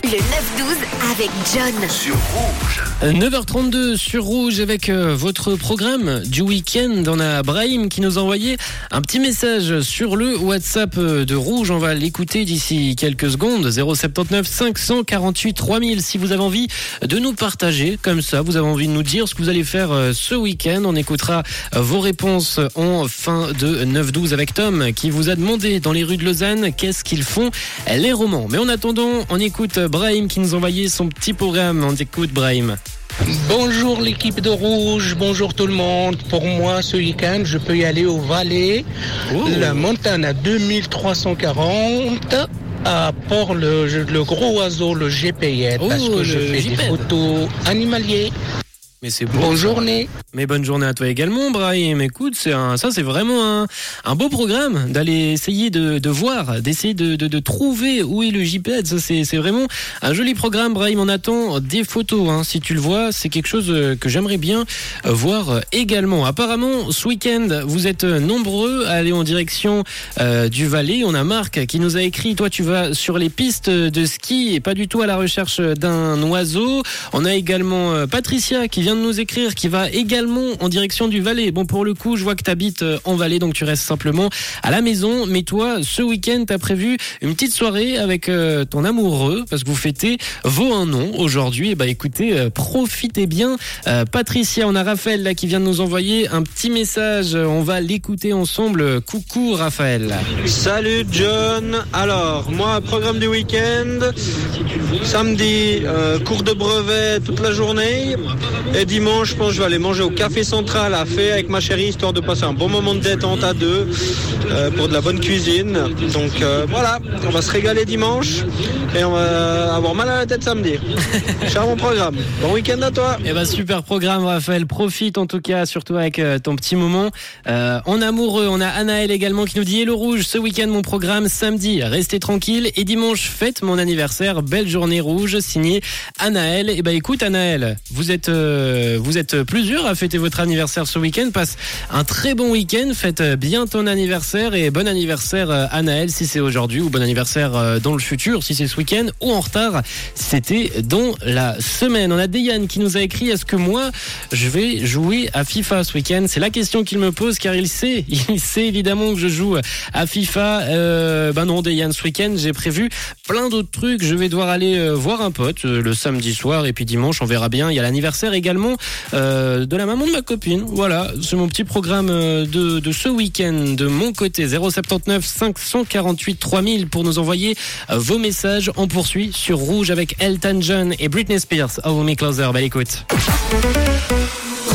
Le 9-12 avec John. Sur Rouge. 9h32 sur Rouge avec votre programme du week-end. On a Brahim qui nous a envoyé un petit message sur le WhatsApp de Rouge. On va l'écouter d'ici quelques secondes. 079 548 3000. Si vous avez envie de nous partager comme ça, vous avez envie de nous dire ce que vous allez faire ce week-end. On écoutera vos réponses en fin de 9-12 avec Tom qui vous a demandé dans les rues de Lausanne qu'est-ce qu'ils font les romans. Mais en attendant, on écoute Brahim qui nous a envoyé son petit programme. On écoute Brahim. Bonjour l'équipe de Rouge, bonjour tout le monde. Pour moi, ce week-end, je peux y aller au Valais, la montagne à 2340, à Port le Gros Oiseau, le GPS, parce que je fais des photos animaliers. Mais c'est beau. Bonne journée. Mais bonne journée à toi également, Brahim. Écoute, ça c'est vraiment un beau programme d'aller essayer de voir, d'essayer de trouver où est le GPS. Ça c'est vraiment un joli programme, Brahim. On attend des photos, hein. Si tu le vois, c'est quelque chose que j'aimerais bien voir également. Apparemment, ce week-end, vous êtes nombreux à aller en direction du Valais. On a Marc qui nous a écrit, toi tu vas sur les pistes de ski et pas du tout à la recherche d'un oiseau. On a également Patricia qui vient de nous écrire, qui va également en direction du Valais. Bon, pour le coup, je vois que tu habites en Valais, donc tu restes simplement à la maison. Mais toi, ce week-end, tu as prévu une petite soirée avec ton amoureux, parce que vous fêtez vos 1 an aujourd'hui. Et bah écoutez, profitez bien. Patricia, on a Raphaël là qui vient de nous envoyer un petit message. On va l'écouter ensemble. Coucou Raphaël. Salut John. Alors, moi, programme du week-end. Samedi, cours de brevet toute la journée. Et dimanche, je pense que je vais aller manger au Café Central à Fay avec ma chérie, histoire de passer un bon moment de détente à deux pour de la bonne cuisine. Donc voilà, on va se régaler dimanche et on va avoir mal à la tête samedi. Charmant programme. Bon week-end à toi. Eh ben super programme Raphaël, profite en tout cas, surtout avec ton petit moment. En amoureux, on a Anaël également qui nous dit Hello Rouge, ce week-end mon programme, samedi restez tranquille et dimanche fête mon anniversaire, belle journée Rouge, signé Anaël. Et ben écoute Anaël, vous êtes plusieurs à fêter votre anniversaire ce week-end. Passe un très bon week-end, fête bien ton anniversaire et bon anniversaire Anaël si c'est aujourd'hui, ou bon anniversaire dans le futur si c'est ce week-end, ou en retard si c'était dans la semaine. On a Deyan qui nous a écrit est-ce que moi je vais jouer à FIFA ce week-end? C'est la question qu'il me pose car il sait évidemment que je joue à FIFA. Ben non Deyan, ce week-end j'ai prévu plein d'autres trucs. Je vais devoir aller voir un pote le samedi soir et puis dimanche on verra bien. Il y a l'anniversaire également de la maman de ma copine. Voilà, c'est mon petit programme de ce week-end de mon côté. 079 548 3000 pour nous envoyer vos messages. On poursuit sur Rouge avec Elton John et Britney Spears. Hold Me Closer. Belle écoute.